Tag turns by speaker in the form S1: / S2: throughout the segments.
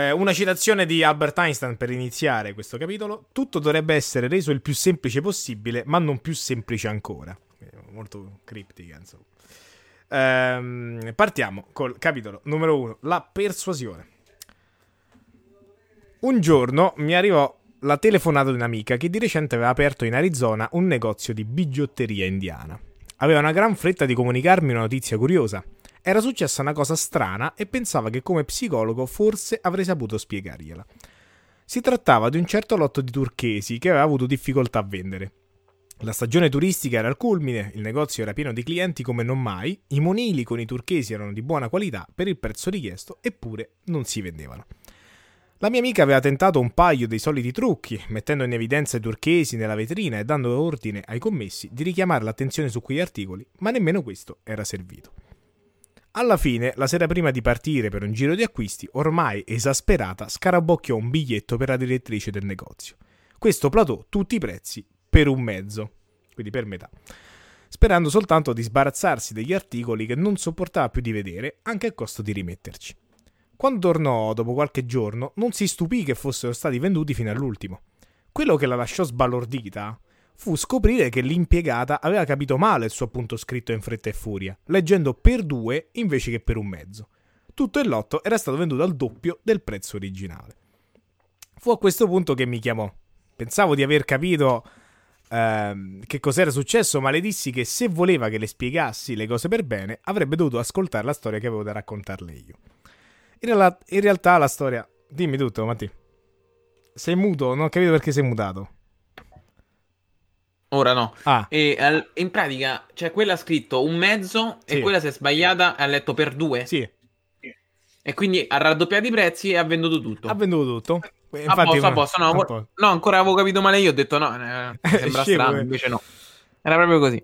S1: Una citazione di Albert Einstein per iniziare questo capitolo: tutto dovrebbe essere reso il più semplice possibile, ma non più semplice ancora. Molto criptica, insomma. Partiamo col capitolo numero 1, la persuasione. Un giorno mi arrivò la telefonata di un'amica che di recente aveva aperto in Arizona un negozio di bigiotteria indiana. Aveva una gran fretta di comunicarmi una notizia curiosa. Era successa una cosa strana e pensava che come psicologo forse avrei saputo spiegargliela. Si trattava di un certo lotto di turchesi che aveva avuto difficoltà a vendere. La stagione turistica era al culmine, il negozio era pieno di clienti come non mai, i monili con i turchesi erano di buona qualità per il prezzo richiesto, eppure non si vendevano. La mia amica aveva tentato un paio dei soliti trucchi, mettendo in evidenza i turchesi nella vetrina e dando ordine ai commessi di richiamare l'attenzione su quegli articoli, ma nemmeno questo era servito. Alla fine, la sera prima di partire per un giro di acquisti, ormai esasperata, scarabocchiò un biglietto per la direttrice del negozio. Questo platò tutti i prezzi per un mezzo, quindi per metà, sperando soltanto di sbarazzarsi degli articoli che non sopportava più di vedere, anche a costo di rimetterci. Quando tornò dopo qualche giorno, non si stupì che fossero stati venduti fino all'ultimo. Quello che la lasciò sbalordita fu scoprire che l'impiegata aveva capito male il suo appunto scritto in fretta e furia, leggendo per 2 invece che per un mezzo. Tutto il lotto era stato venduto al doppio del prezzo originale. Fu a questo punto che mi chiamò. Pensavo di aver capito che cos'era successo, ma le dissi che se voleva che le spiegassi le cose per bene, avrebbe dovuto ascoltare la storia che avevo da raccontarle io. In realtà la storia... Dimmi tutto, Matti. Sei muto? Non ho capito perché sei mutato.
S2: Ora no.
S1: Ah.
S2: E in pratica, cioè, quella ha scritto un mezzo
S1: Sì.
S2: e quella si è sbagliata e ha letto per 2.
S1: Sì.
S2: E quindi ha raddoppiato i prezzi e ha venduto tutto.
S1: Ha venduto tutto.
S2: Infatti, a posto. No, ancora avevo capito male io. Ho detto no, mi sembra strano. Invece no. Era proprio così.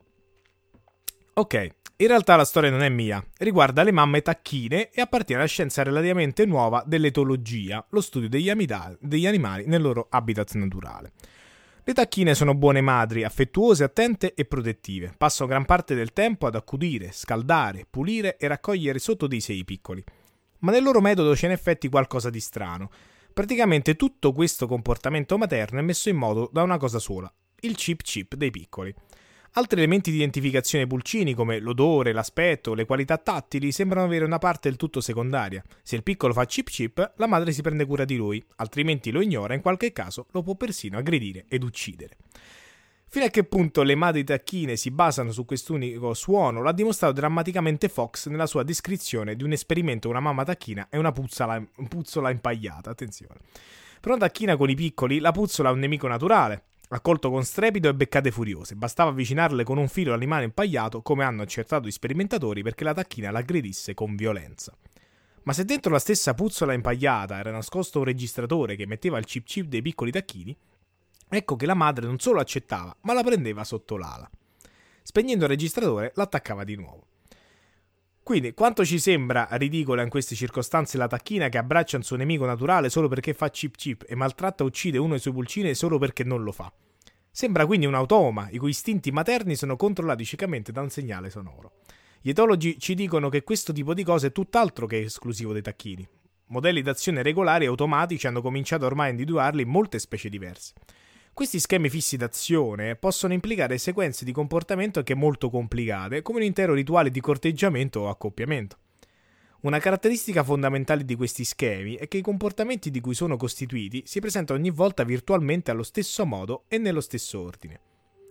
S1: Ok. In realtà la storia non è mia, riguarda le mamme tacchine e appartiene alla scienza relativamente nuova dell'etologia, lo studio degli animali nel loro habitat naturale. Le tacchine sono buone madri, affettuose, attente e protettive. Passano gran parte del tempo ad accudire, scaldare, pulire e raccogliere sotto di sé i piccoli. Ma nel loro metodo c'è in effetti qualcosa di strano. Praticamente tutto questo comportamento materno è messo in moto da una cosa sola, il chip chip dei piccoli. Altri elementi di identificazione pulcini come l'odore, l'aspetto, le qualità tattili sembrano avere una parte del tutto secondaria. Se il piccolo fa chip chip, la madre si prende cura di lui, altrimenti lo ignora e in qualche caso lo può persino aggredire ed uccidere. Fino a che punto le madri tacchine si basano su quest'unico suono l'ha dimostrato drammaticamente Fox nella sua descrizione di un esperimento con una mamma tacchina e una puzzola impagliata. Attenzione. Per una tacchina con i piccoli, la puzzola è un nemico naturale, accolto con strepito e beccate furiose. Bastava avvicinarle con un filo all'animale impagliato, come hanno accertato i sperimentatori, perché la tacchina l'aggredisse con violenza. Ma se dentro la stessa puzzola impagliata era nascosto un registratore che metteva il chip chip dei piccoli tacchini, ecco che la madre non solo accettava, ma la prendeva sotto l'ala. Spegnendo il registratore, l'attaccava di nuovo. Quindi, quanto ci sembra ridicola in queste circostanze la tacchina che abbraccia un suo nemico naturale solo perché fa chip chip e maltratta e uccide uno dei suoi pulcini solo perché non lo fa. Sembra quindi un automa, i cui istinti materni sono controllati ciecamente da un segnale sonoro. Gli etologi ci dicono che questo tipo di cose è tutt'altro che esclusivo dei tacchini. Modelli d'azione regolari e automatici hanno cominciato ormai a individuarli in molte specie diverse. Questi schemi fissi d'azione possono implicare sequenze di comportamento anche molto complicate, come un intero rituale di corteggiamento o accoppiamento. Una caratteristica fondamentale di questi schemi è che i comportamenti di cui sono costituiti si presentano ogni volta virtualmente allo stesso modo e nello stesso ordine.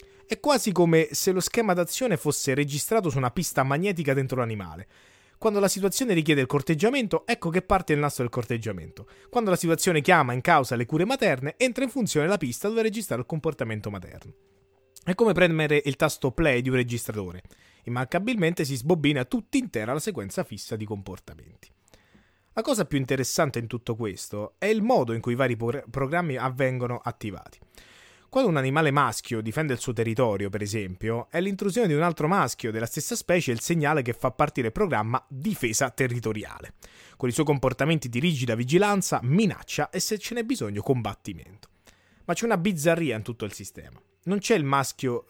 S1: È quasi come se lo schema d'azione fosse registrato su una pista magnetica dentro l'animale. Quando la situazione richiede il corteggiamento, ecco che parte il nastro del corteggiamento. Quando la situazione chiama in causa le cure materne, entra in funzione la pista dove registrare il comportamento materno. È come premere il tasto play di un registratore. Immancabilmente si sbobbina tutta intera la sequenza fissa di comportamenti. La cosa più interessante in tutto questo è il modo in cui i vari programmi avvengono attivati. Quando un animale maschio difende il suo territorio, per esempio, è l'intrusione di un altro maschio della stessa specie il segnale che fa partire il programma difesa territoriale, con i suoi comportamenti di rigida vigilanza, minaccia e, se ce n'è bisogno, combattimento. Ma c'è una bizzarria in tutto il sistema. Non è il maschio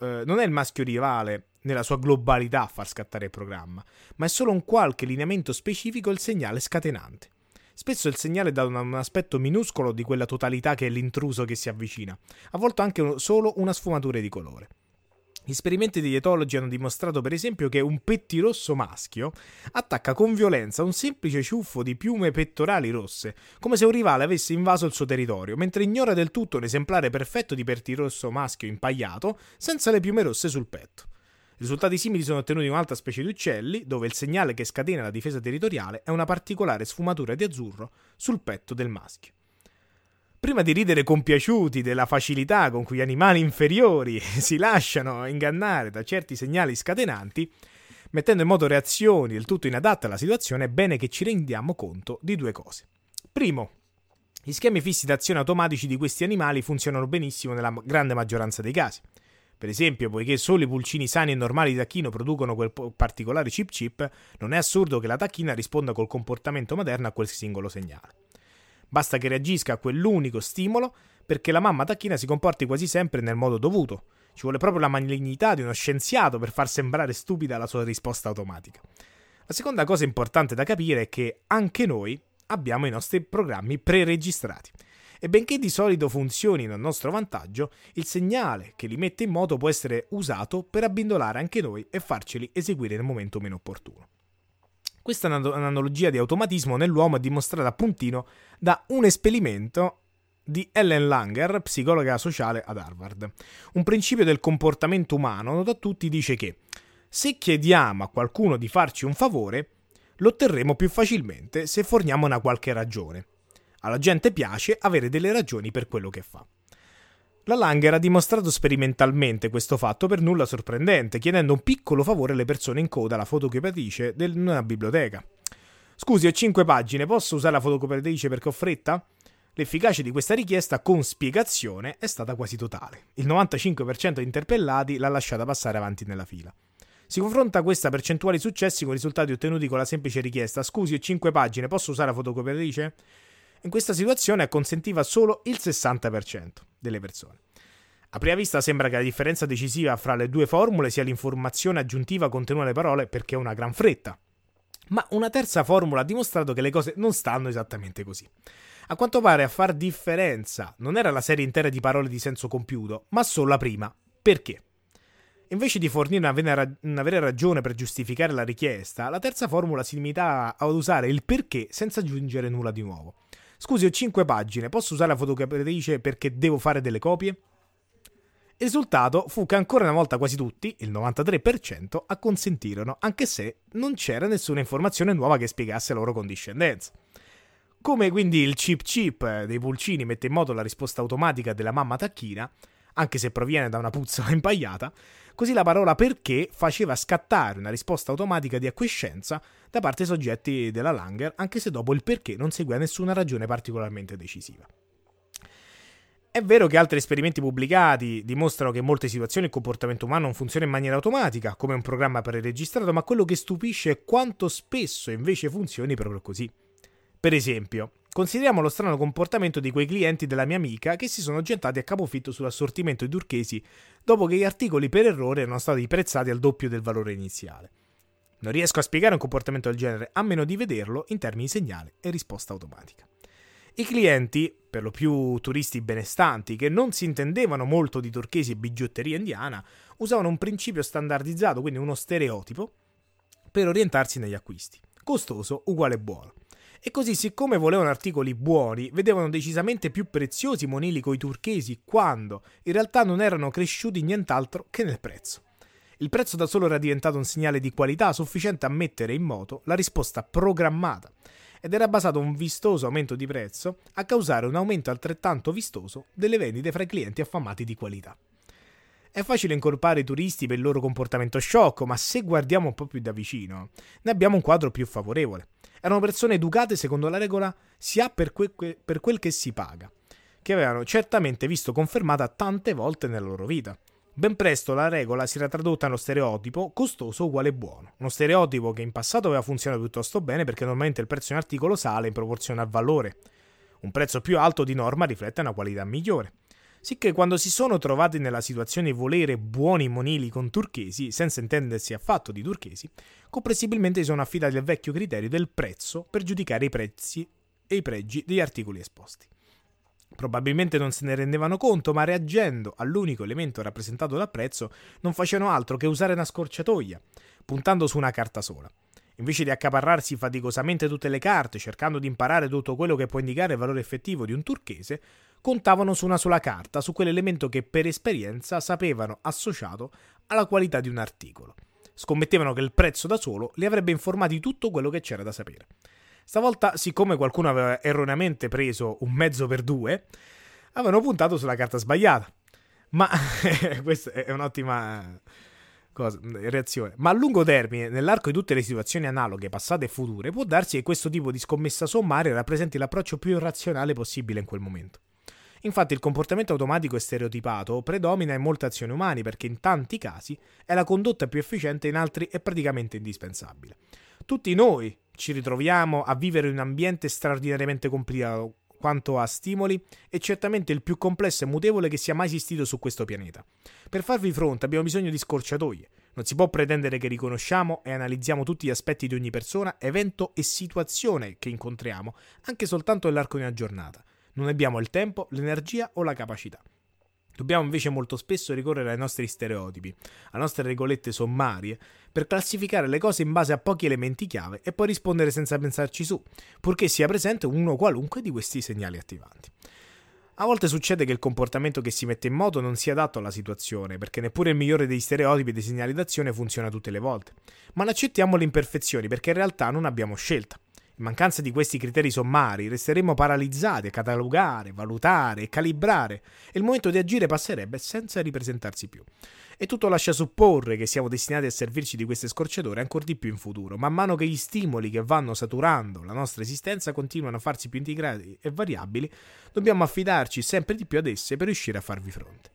S1: rivale nella sua globalità a far scattare il programma, ma è solo un qualche lineamento specifico il segnale scatenante. Spesso il segnale dà un aspetto minuscolo di quella totalità che è l'intruso che si avvicina, a volte anche solo una sfumatura di colore. Gli esperimenti degli etologi hanno dimostrato per esempio che un pettirosso maschio attacca con violenza un semplice ciuffo di piume pettorali rosse, come se un rivale avesse invaso il suo territorio, mentre ignora del tutto un esemplare perfetto di pettirosso maschio impagliato senza le piume rosse sul petto. Risultati simili sono ottenuti in un'altra specie di uccelli, dove il segnale che scatena la difesa territoriale è una particolare sfumatura di azzurro sul petto del maschio. Prima di ridere compiaciuti della facilità con cui gli animali inferiori si lasciano ingannare da certi segnali scatenanti, mettendo in moto reazioni del tutto inadatte alla situazione, è bene che ci rendiamo conto di due cose. Primo, gli schemi fissi d'azione automatici di questi animali funzionano benissimo nella grande maggioranza dei casi. Per esempio, poiché solo i pulcini sani e normali di tacchino producono quel particolare chip, non è assurdo che la tacchina risponda col comportamento materno a quel singolo segnale. Basta che reagisca a quell'unico stimolo perché la mamma tacchina si comporti quasi sempre nel modo dovuto. Ci vuole proprio la malignità di uno scienziato per far sembrare stupida la sua risposta automatica. La seconda cosa importante da capire è che anche noi abbiamo i nostri programmi preregistrati. E benché di solito funzionino a nostro vantaggio, il segnale che li mette in moto può essere usato per abbindolare anche noi e farceli eseguire nel momento meno opportuno. Questa analogia di automatismo nell'uomo è dimostrata a puntino da un esperimento di Ellen Langer, psicologa sociale ad Harvard. Un principio del comportamento umano, noto a tutti, dice che se chiediamo a qualcuno di farci un favore, lo otterremo più facilmente se forniamo una qualche ragione. Alla gente piace avere delle ragioni per quello che fa. La Langer ha dimostrato sperimentalmente questo fatto per nulla sorprendente, chiedendo un piccolo favore alle persone in coda alla fotocopiatrice di una biblioteca. Scusi, ho 5 pagine, posso usare la fotocopiatrice perché ho fretta? L'efficacia di questa richiesta con spiegazione è stata quasi totale. Il 95% degli interpellati l'ha lasciata passare avanti nella fila. Si confronta questa percentuale di successi con i risultati ottenuti con la semplice richiesta: scusi, ho 5 pagine, posso usare la fotocopiatrice? In questa situazione acconsentiva solo il 60% delle persone. A prima vista sembra che la differenza decisiva fra le due formule sia l'informazione aggiuntiva contenuta nelle parole perché è una gran fretta. Ma una terza formula ha dimostrato che le cose non stanno esattamente così. A quanto pare a far differenza non era la serie intera di parole di senso compiuto, ma solo la prima. Perché? Invece di fornire una vera ragione per giustificare la richiesta, la terza formula si limita ad usare il perché senza aggiungere nulla di nuovo. Scusi, ho 5 pagine, posso usare la fotocopiatrice perché devo fare delle copie? Il risultato fu che ancora una volta quasi tutti, il 93%, acconsentirono, anche se non c'era nessuna informazione nuova che spiegasse la loro condiscendenza. Come quindi il chip dei pulcini mette in moto la risposta automatica della mamma tacchina, anche se proviene da una puzzola impagliata, così la parola perché faceva scattare una risposta automatica di acquiescenza da parte dei soggetti della Langer, anche se dopo il perché non seguiva nessuna ragione particolarmente decisiva. È vero che altri esperimenti pubblicati dimostrano che in molte situazioni il comportamento umano non funziona in maniera automatica, come un programma preregistrato, ma quello che stupisce è quanto spesso invece funzioni proprio così. Per esempio, consideriamo lo strano comportamento di quei clienti della mia amica che si sono gettati a capofitto sull'assortimento di turchesi dopo che gli articoli per errore erano stati prezzati al doppio del valore iniziale. Non riesco a spiegare un comportamento del genere a meno di vederlo in termini di segnale e risposta automatica. I clienti, per lo più turisti benestanti, che non si intendevano molto di turchesi e bigiotteria indiana, usavano un principio standardizzato, quindi uno stereotipo, per orientarsi negli acquisti. Costoso uguale buono. E così, siccome volevano articoli buoni, vedevano decisamente più preziosi i monili coi turchesi quando in realtà non erano cresciuti nient'altro che nel prezzo. Il prezzo da solo era diventato un segnale di qualità sufficiente a mettere in moto la risposta programmata ed era basato un vistoso aumento di prezzo a causare un aumento altrettanto vistoso delle vendite fra i clienti affamati di qualità. È facile incolpare i turisti per il loro comportamento sciocco, ma se guardiamo un po' più da vicino, ne abbiamo un quadro più favorevole. Erano persone educate secondo la regola si ha per quel che si paga, che avevano certamente visto confermata tante volte nella loro vita. Ben presto la regola si era tradotta nello stereotipo costoso uguale buono, uno stereotipo che in passato aveva funzionato piuttosto bene perché normalmente il prezzo di un articolo sale in proporzione al valore. Un prezzo più alto di norma riflette una qualità migliore. Sicché quando si sono trovati nella situazione di volere buoni monili con turchesi, senza intendersi affatto di turchesi, comprensibilmente si sono affidati al vecchio criterio del prezzo per giudicare i prezzi e i pregi degli articoli esposti. Probabilmente non se ne rendevano conto, ma reagendo all'unico elemento rappresentato dal prezzo, non facevano altro che usare una scorciatoia, puntando su una carta sola. Invece di accaparrarsi faticosamente tutte le carte, cercando di imparare tutto quello che può indicare il valore effettivo di un turchese, contavano su una sola carta, su quell'elemento che per esperienza sapevano associato alla qualità di un articolo. Scommettevano che il prezzo da solo li avrebbe informati di tutto quello che c'era da sapere. Stavolta, siccome qualcuno aveva erroneamente preso un mezzo per due, avevano puntato sulla carta sbagliata. Ma questa è un'ottima reazione. Ma a lungo termine, nell'arco di tutte le situazioni analoghe, passate e future, può darsi che questo tipo di scommessa sommaria rappresenti l'approccio più irrazionale possibile in quel momento. Infatti il comportamento automatico e stereotipato predomina in molte azioni umane perché in tanti casi è la condotta più efficiente, in altri è praticamente indispensabile. Tutti noi ci ritroviamo a vivere in un ambiente straordinariamente complicato quanto a stimoli e certamente il più complesso e mutevole che sia mai esistito su questo pianeta. Per farvi fronte abbiamo bisogno di scorciatoie. Non si può pretendere che riconosciamo e analizziamo tutti gli aspetti di ogni persona, evento e situazione che incontriamo, anche soltanto nell'arco di una giornata. Non abbiamo il tempo, l'energia o la capacità. Dobbiamo invece molto spesso ricorrere ai nostri stereotipi, alle nostre regolette sommarie, per classificare le cose in base a pochi elementi chiave e poi rispondere senza pensarci su, purché sia presente uno qualunque di questi segnali attivanti. A volte succede che il comportamento che si mette in moto non sia adatto alla situazione, perché neppure il migliore degli stereotipi e dei segnali d'azione funziona tutte le volte. Ma non accettiamo le imperfezioni perché in realtà non abbiamo scelta. In mancanza di questi criteri sommari resteremo paralizzati a catalogare, valutare e calibrare e il momento di agire passerebbe senza ripresentarsi più. E tutto lascia supporre che siamo destinati a servirci di queste scorciatoie ancora di più in futuro, man mano che gli stimoli che vanno saturando la nostra esistenza continuano a farsi più integrati e variabili, dobbiamo affidarci sempre di più ad esse per riuscire a farvi fronte.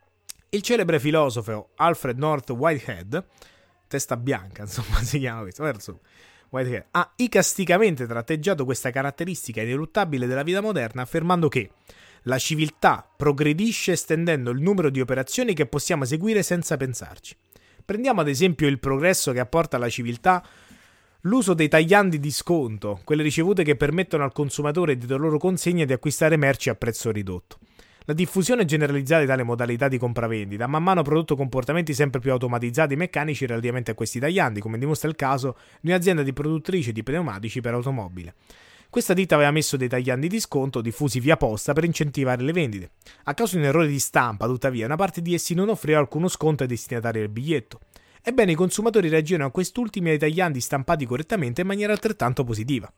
S1: Il celebre filosofo Alfred North Whitehead, testa bianca insomma si chiama questo, Whitehead, ha icasticamente tratteggiato questa caratteristica ineluttabile della vita moderna affermando che la civiltà progredisce estendendo il numero di operazioni che possiamo eseguire senza pensarci. Prendiamo ad esempio il progresso che apporta alla civiltà l'uso dei tagliandi di sconto, quelle ricevute che permettono al consumatore di dar loro consegna di acquistare merci a prezzo ridotto. La diffusione generalizzata di tale modalità di compravendita ha man mano prodotto comportamenti sempre più automatizzati e meccanici relativamente a questi tagliandi, come dimostra il caso di un'azienda di produttrice di pneumatici per automobile. Questa ditta aveva messo dei tagliandi di sconto diffusi via posta per incentivare le vendite. A causa di un errore di stampa, tuttavia, una parte di essi non offriva alcuno sconto ai destinatari del biglietto. Ebbene, i consumatori reagirono a quest'ultimi ai tagliandi stampati correttamente in maniera altrettanto positiva.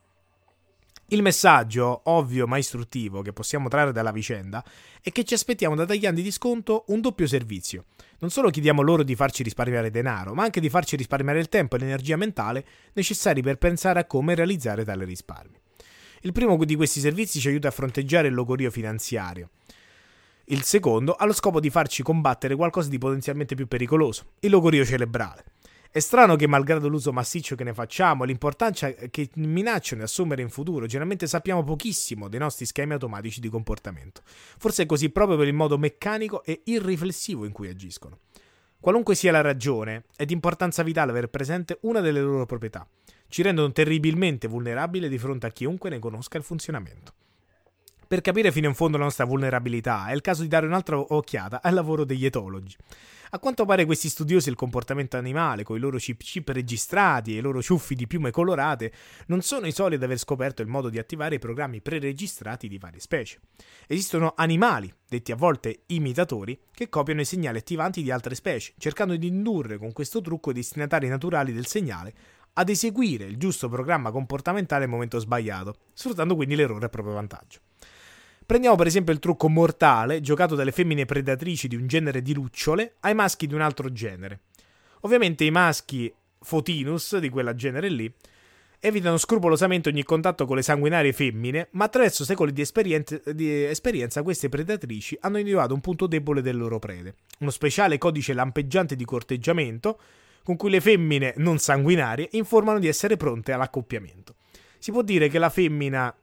S1: Il messaggio, ovvio ma istruttivo, che possiamo trarre dalla vicenda è che ci aspettiamo da tagliandi di sconto un doppio servizio. Non solo chiediamo loro di farci risparmiare denaro, ma anche di farci risparmiare il tempo e l'energia mentale necessari per pensare a come realizzare tale risparmio. Il primo di questi servizi ci aiuta a fronteggiare il logorio finanziario. Il secondo ha lo scopo di farci combattere qualcosa di potenzialmente più pericoloso, il logorio cerebrale. È strano che, malgrado l'uso massiccio che ne facciamo e l'importanza che minacciano di assumere in futuro, generalmente sappiamo pochissimo dei nostri schemi automatici di comportamento. Forse è così proprio per il modo meccanico e irriflessivo in cui agiscono. Qualunque sia la ragione, è di importanza vitale aver presente una delle loro proprietà. Ci rendono terribilmente vulnerabili di fronte a chiunque ne conosca il funzionamento. Per capire fino in fondo la nostra vulnerabilità è il caso di dare un'altra occhiata al lavoro degli etologi. A quanto pare questi studiosi del comportamento animale, con i loro chip registrati e i loro ciuffi di piume colorate, non sono i soli ad aver scoperto il modo di attivare i programmi preregistrati di varie specie. Esistono animali, detti a volte imitatori, che copiano i segnali attivanti di altre specie, cercando di indurre con questo trucco i destinatari naturali del segnale ad eseguire il giusto programma comportamentale al momento sbagliato, sfruttando quindi l'errore a proprio vantaggio. Prendiamo per esempio il trucco mortale giocato dalle femmine predatrici di un genere di lucciole ai maschi di un altro genere. Ovviamente i maschi Photinus di quella genere lì evitano scrupolosamente ogni contatto con le sanguinarie femmine, ma attraverso secoli di esperienza queste predatrici hanno individuato un punto debole delle loro prede, uno speciale codice lampeggiante di corteggiamento con cui le femmine non sanguinarie informano di essere pronte all'accoppiamento. Si può dire che la femmina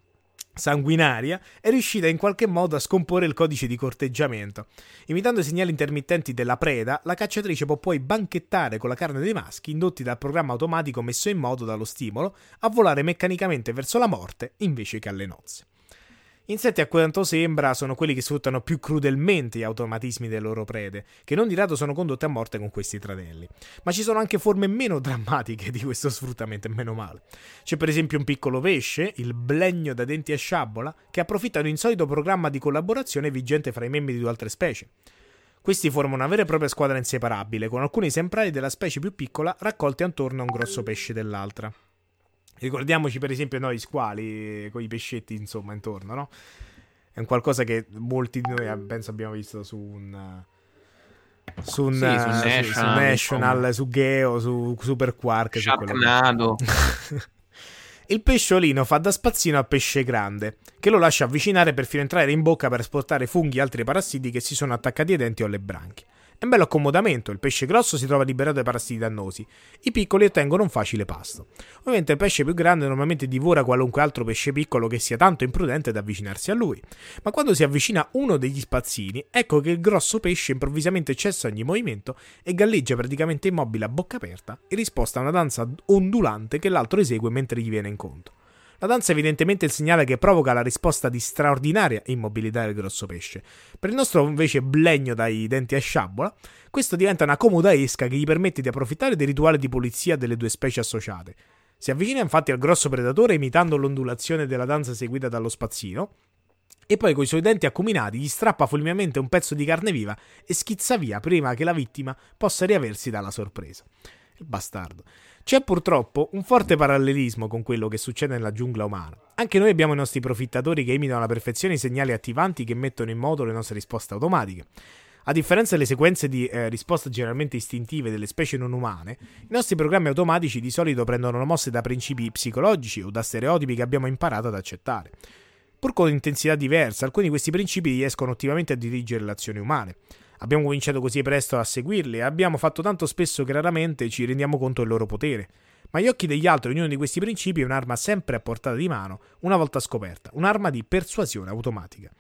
S1: sanguinaria, è riuscita in qualche modo a scomporre il codice di corteggiamento. Imitando i segnali intermittenti della preda, la cacciatrice può poi banchettare con la carne dei maschi, indotti dal programma automatico messo in moto dallo stimolo a volare meccanicamente verso la morte invece che alle nozze. Insetti, a quanto sembra, sono quelli che sfruttano più crudelmente gli automatismi delle loro prede, che non di rado sono condotte a morte con questi tradelli. Ma ci sono anche forme meno drammatiche di questo sfruttamento, e meno male. C'è per esempio un piccolo pesce, il blegno da denti a sciabola, che approfitta di un insolito programma di collaborazione vigente fra i membri di due altre specie. Questi formano una vera e propria squadra inseparabile, con alcuni esemplari della specie più piccola raccolti attorno a un grosso pesce dell'altra. Ricordiamoci per esempio noi squali con i pescetti insomma intorno, no? È un qualcosa che molti di noi penso abbiamo visto su National, su Geo, su Super Quark,
S2: Sharknado.
S1: Il pesciolino fa da spazzino al pesce grande, che lo lascia avvicinare per far entrare in bocca per esportare funghi e altri parassiti che si sono attaccati ai denti o alle branchie. È un bello accomodamento, il pesce grosso si trova liberato dai parassiti dannosi, i piccoli ottengono un facile pasto. Ovviamente il pesce più grande normalmente divora qualunque altro pesce piccolo che sia tanto imprudente da avvicinarsi a lui, ma quando si avvicina uno degli spazzini, ecco che il grosso pesce improvvisamente cessa ogni movimento e galleggia praticamente immobile a bocca aperta in risposta a una danza ondulante che l'altro esegue mentre gli viene incontro. La danza è evidentemente il segnale che provoca la risposta di straordinaria immobilità del grosso pesce. Per il nostro invece blegno dai denti a sciabola, questo diventa una comoda esca che gli permette di approfittare del rituale di pulizia delle due specie associate. Si avvicina infatti al grosso predatore imitando l'ondulazione della danza seguita dallo spazzino, e poi coi suoi denti acuminati gli strappa fulminamente un pezzo di carne viva e schizza via prima che la vittima possa riaversi dalla sorpresa. Il bastardo. C'è purtroppo un forte parallelismo con quello che succede nella giungla umana. Anche noi abbiamo i nostri profittatori che imitano alla perfezione i segnali attivanti che mettono in moto le nostre risposte automatiche. A differenza delle sequenze di risposte generalmente istintive delle specie non umane, i nostri programmi automatici di solito prendono mosse da principi psicologici o da stereotipi che abbiamo imparato ad accettare. Pur con intensità diverse, alcuni di questi principi riescono ottimamente a dirigere le azioni umane. Abbiamo cominciato così presto a seguirli e abbiamo fatto tanto spesso che raramente ci rendiamo conto del loro potere. Ma agli occhi degli altri ognuno di questi principi è un'arma sempre a portata di mano, una volta scoperta, un'arma di persuasione automatica.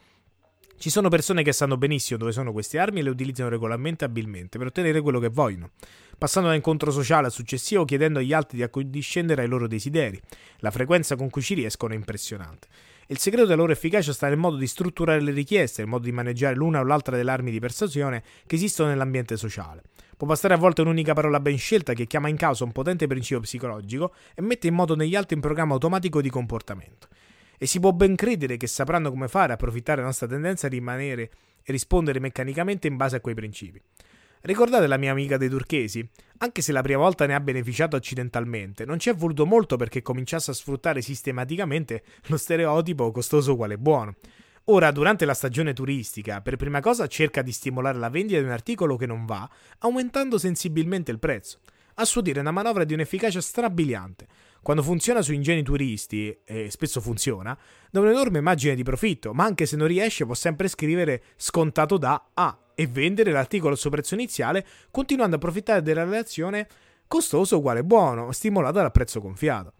S1: Ci sono persone che sanno benissimo dove sono queste armi e le utilizzano regolarmente e abilmente per ottenere quello che vogliono, passando da incontro sociale al successivo chiedendo agli altri di accondiscendere ai loro desideri. La frequenza con cui ci riescono è impressionante. Il segreto della loro efficacia sta nel modo di strutturare le richieste, nel modo di maneggiare l'una o l'altra delle armi di persuasione che esistono nell'ambiente sociale. Può bastare a volte un'unica parola ben scelta che chiama in causa un potente principio psicologico e mette in moto negli altri un programma automatico di comportamento. E si può ben credere che sapranno come fare a approfittare della nostra tendenza a rimanere e rispondere meccanicamente in base a quei principi. Ricordate la mia amica dei turchesi? Anche se la prima volta ne ha beneficiato accidentalmente, non ci è voluto molto perché cominciasse a sfruttare sistematicamente lo stereotipo costoso uguale buono. Ora, durante la stagione turistica, per prima cosa cerca di stimolare la vendita di un articolo che non va, aumentando sensibilmente il prezzo. A suo dire è una manovra di un'efficacia strabiliante. Quando funziona su ingenui turisti, e spesso funziona, dà un'enorme margine di profitto, ma anche se non riesce può sempre scrivere scontato da A e vendere l'articolo al suo prezzo iniziale, continuando a approfittare della relazione costoso uguale buono, stimolata dal prezzo gonfiato.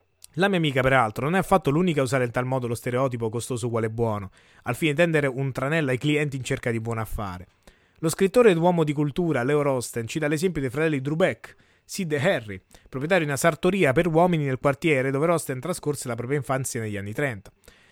S1: La mia amica, peraltro, non è affatto l'unica a usare in tal modo lo stereotipo costoso uguale buono, al fine di tendere un tranello ai clienti in cerca di buon affare. Lo scrittore ed uomo di cultura Leo Rosten cita l'esempio dei fratelli Drubeck, Sid e Harry, proprietari di una sartoria per uomini nel quartiere dove Rosten trascorse la propria infanzia negli anni 30.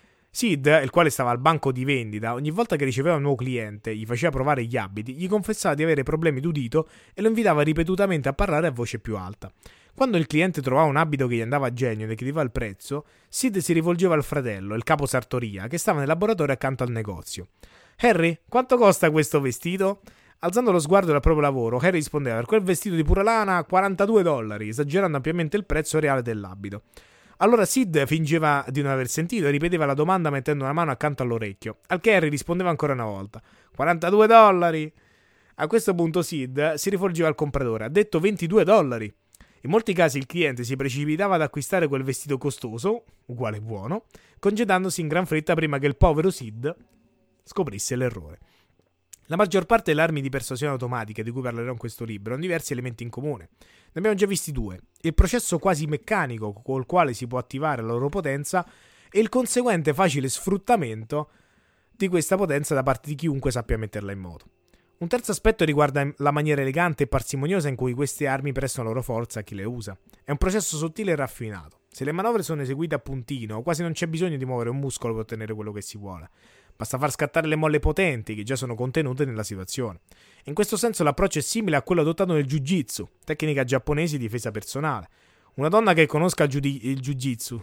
S1: Sid, il quale stava al banco di vendita, ogni volta che riceveva un nuovo cliente, gli faceva provare gli abiti, gli confessava di avere problemi d'udito e lo invitava ripetutamente a parlare a voce più alta. Quando il cliente trovava un abito che gli andava a genio e ne chiedeva il prezzo, Sid si rivolgeva al fratello, il capo sartoria, che stava nel laboratorio accanto al negozio. «Harry, quanto costa questo vestito?» Alzando lo sguardo dal proprio lavoro, Harry rispondeva: «Per quel vestito di pura lana, $42», esagerando ampiamente il prezzo reale dell'abito. Allora Sid fingeva di non aver sentito e ripeteva la domanda mettendo una mano accanto all'orecchio, al che Harry rispondeva ancora una volta: $42. A questo punto Sid si rivolgeva al compratore: «Ha detto $22». In molti casi il cliente si precipitava ad acquistare quel vestito costoso, uguale buono, congedandosi in gran fretta prima che il povero Sid scoprisse l'errore. La maggior parte delle armi di persuasione automatica di cui parlerò in questo libro hanno diversi elementi in comune. Ne abbiamo già visti due: il processo quasi meccanico col quale si può attivare la loro potenza e il conseguente facile sfruttamento di questa potenza da parte di chiunque sappia metterla in moto. Un terzo aspetto riguarda la maniera elegante e parsimoniosa in cui queste armi prestano loro forza a chi le usa. È un processo sottile e raffinato. Se le manovre sono eseguite a puntino, quasi non c'è bisogno di muovere un muscolo per ottenere quello che si vuole. Basta far scattare le molle potenti che già sono contenute nella situazione. In questo senso l'approccio è simile a quello adottato nel Jiu-Jitsu, tecnica giapponese di difesa personale. Una donna che conosca il Jiu-Jitsu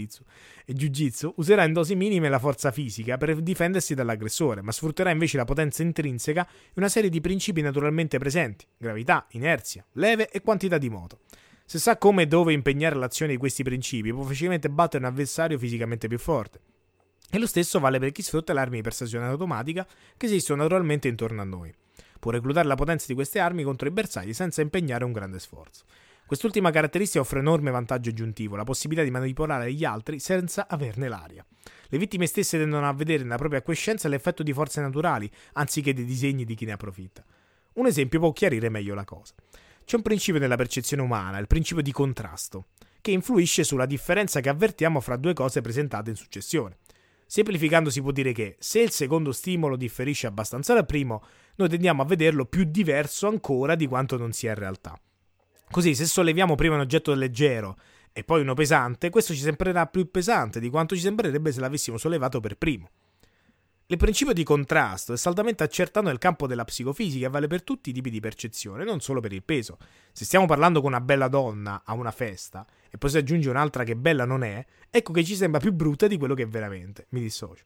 S1: userà in dosi minime la forza fisica per difendersi dall'aggressore, ma sfrutterà invece la potenza intrinseca e una serie di principi naturalmente presenti: gravità, inerzia, leve e quantità di moto. Se sa come e dove impegnare l'azione di questi principi, può facilmente battere un avversario fisicamente più forte. E lo stesso vale per chi sfrutta le armi di persuasione automatica che esistono naturalmente intorno a noi. Può reclutare la potenza di queste armi contro i bersagli senza impegnare un grande sforzo. Quest'ultima caratteristica offre enorme vantaggio aggiuntivo, la possibilità di manipolare gli altri senza averne l'aria. Le vittime stesse tendono a vedere nella propria quiescenza l'effetto di forze naturali, anziché dei disegni di chi ne approfitta. Un esempio può chiarire meglio la cosa. C'è un principio nella percezione umana, il principio di contrasto, che influisce sulla differenza che avvertiamo fra due cose presentate in successione. Semplificando si può dire che, se il secondo stimolo differisce abbastanza dal primo, noi tendiamo a vederlo più diverso ancora di quanto non sia in realtà. Così, se solleviamo prima un oggetto leggero e poi uno pesante, questo ci sembrerà più pesante di quanto ci sembrerebbe se l'avessimo sollevato per primo. Il principio di contrasto è saldamente accertato nel campo della psicofisica e vale per tutti i tipi di percezione, non solo per il peso. Se stiamo parlando con una bella donna a una festa e poi si aggiunge un'altra che bella non è, ecco che ci sembra più brutta di quello che è veramente. Mi dissocio.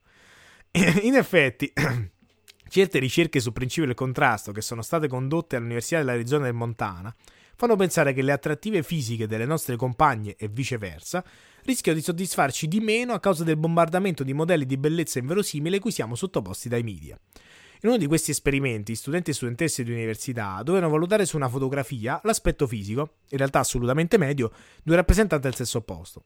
S1: In effetti, certe ricerche sul principio del contrasto che sono state condotte all'Università dell'Arizona del Montana fanno pensare che le attrattive fisiche delle nostre compagne e viceversa rischiano di soddisfarci di meno a causa del bombardamento di modelli di bellezza inverosimile cui siamo sottoposti dai media. In uno di questi esperimenti, studenti e studentesse di università dovevano valutare su una fotografia l'aspetto fisico, in realtà assolutamente medio, di un rappresentante del sesso opposto.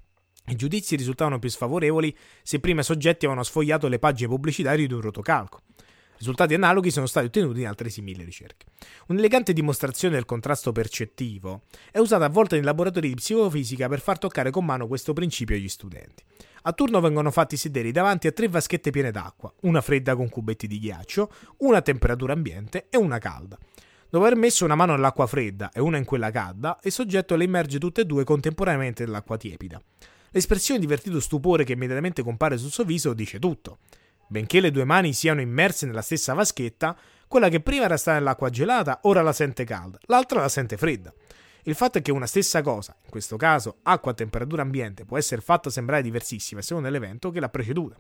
S1: I giudizi risultavano più sfavorevoli se prima i soggetti avevano sfogliato le pagine pubblicitarie di un rotocalco. Risultati analoghi sono stati ottenuti in altre simili ricerche. Un'elegante dimostrazione del contrasto percettivo è usata a volte nei laboratori di psicofisica per far toccare con mano questo principio agli studenti. A turno vengono fatti sedere davanti a 3 vaschette piene d'acqua, una fredda con cubetti di ghiaccio, una a temperatura ambiente e una calda. Dopo aver messo una mano nell'acqua fredda e una in quella calda, il soggetto le immerge tutte e due contemporaneamente nell'acqua tiepida. L'espressione di divertito stupore che immediatamente compare sul suo viso dice tutto. Benché le due mani siano immerse nella stessa vaschetta, quella che prima era stata nell'acqua gelata ora la sente calda, l'altra la sente fredda. Il fatto è che una stessa cosa, in questo caso acqua a temperatura ambiente, può essere fatta sembrare diversissima secondo l'evento che l'ha preceduta.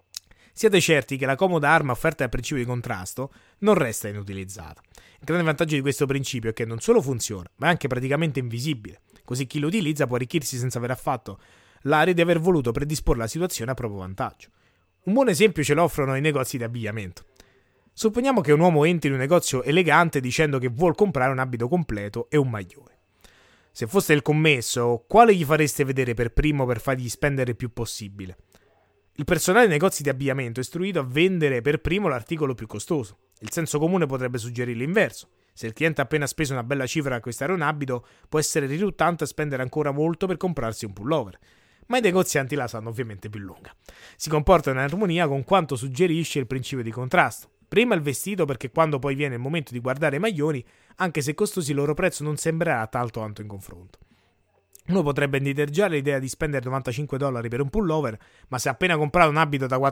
S1: Siate certi che la comoda arma offerta dal principio di contrasto non resta inutilizzata. Il grande vantaggio di questo principio è che non solo funziona, ma è anche praticamente invisibile, così chi lo utilizza può arricchirsi senza aver affatto l'aria di aver voluto predisporre la situazione a proprio vantaggio. Un buon esempio ce lo offrono i negozi di abbigliamento. Supponiamo che un uomo entri in un negozio elegante dicendo che vuol comprare un abito completo e un maglione. Se foste il commesso, quale gli fareste vedere per primo per fargli spendere il più possibile? Il personale dei negozi di abbigliamento è istruito a vendere per primo l'articolo più costoso. Il senso comune potrebbe suggerire l'inverso. Se il cliente ha appena speso una bella cifra per acquistare un abito, può essere riluttante a spendere ancora molto per comprarsi un pullover. Ma i negozianti la sanno ovviamente più lunga. Si comportano in armonia con quanto suggerisce il principio di contrasto. Prima il vestito, perché quando poi viene il momento di guardare i maglioni, anche se costosi, il loro prezzo non sembrerà tanto alto in confronto. Uno potrebbe inditeggiare l'idea di spendere $95 per un pullover, ma se ha appena comprato un abito da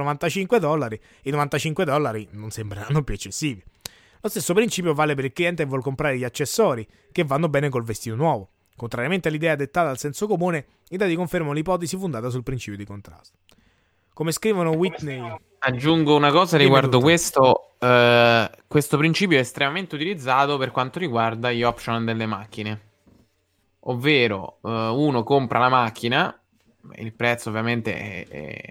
S1: $495, i $95 non sembreranno più eccessivi. Lo stesso principio vale per il cliente che vuole comprare gli accessori, che vanno bene col vestito nuovo. Contrariamente all'idea dettata dal senso comune, i dati confermano l'ipotesi fondata sul principio di contrasto. Come scrivono Whitney...
S2: Aggiungo una cosa riguardo questo. Questo principio è estremamente utilizzato per quanto riguarda gli optional delle macchine. Ovvero, uno compra la macchina, il prezzo ovviamente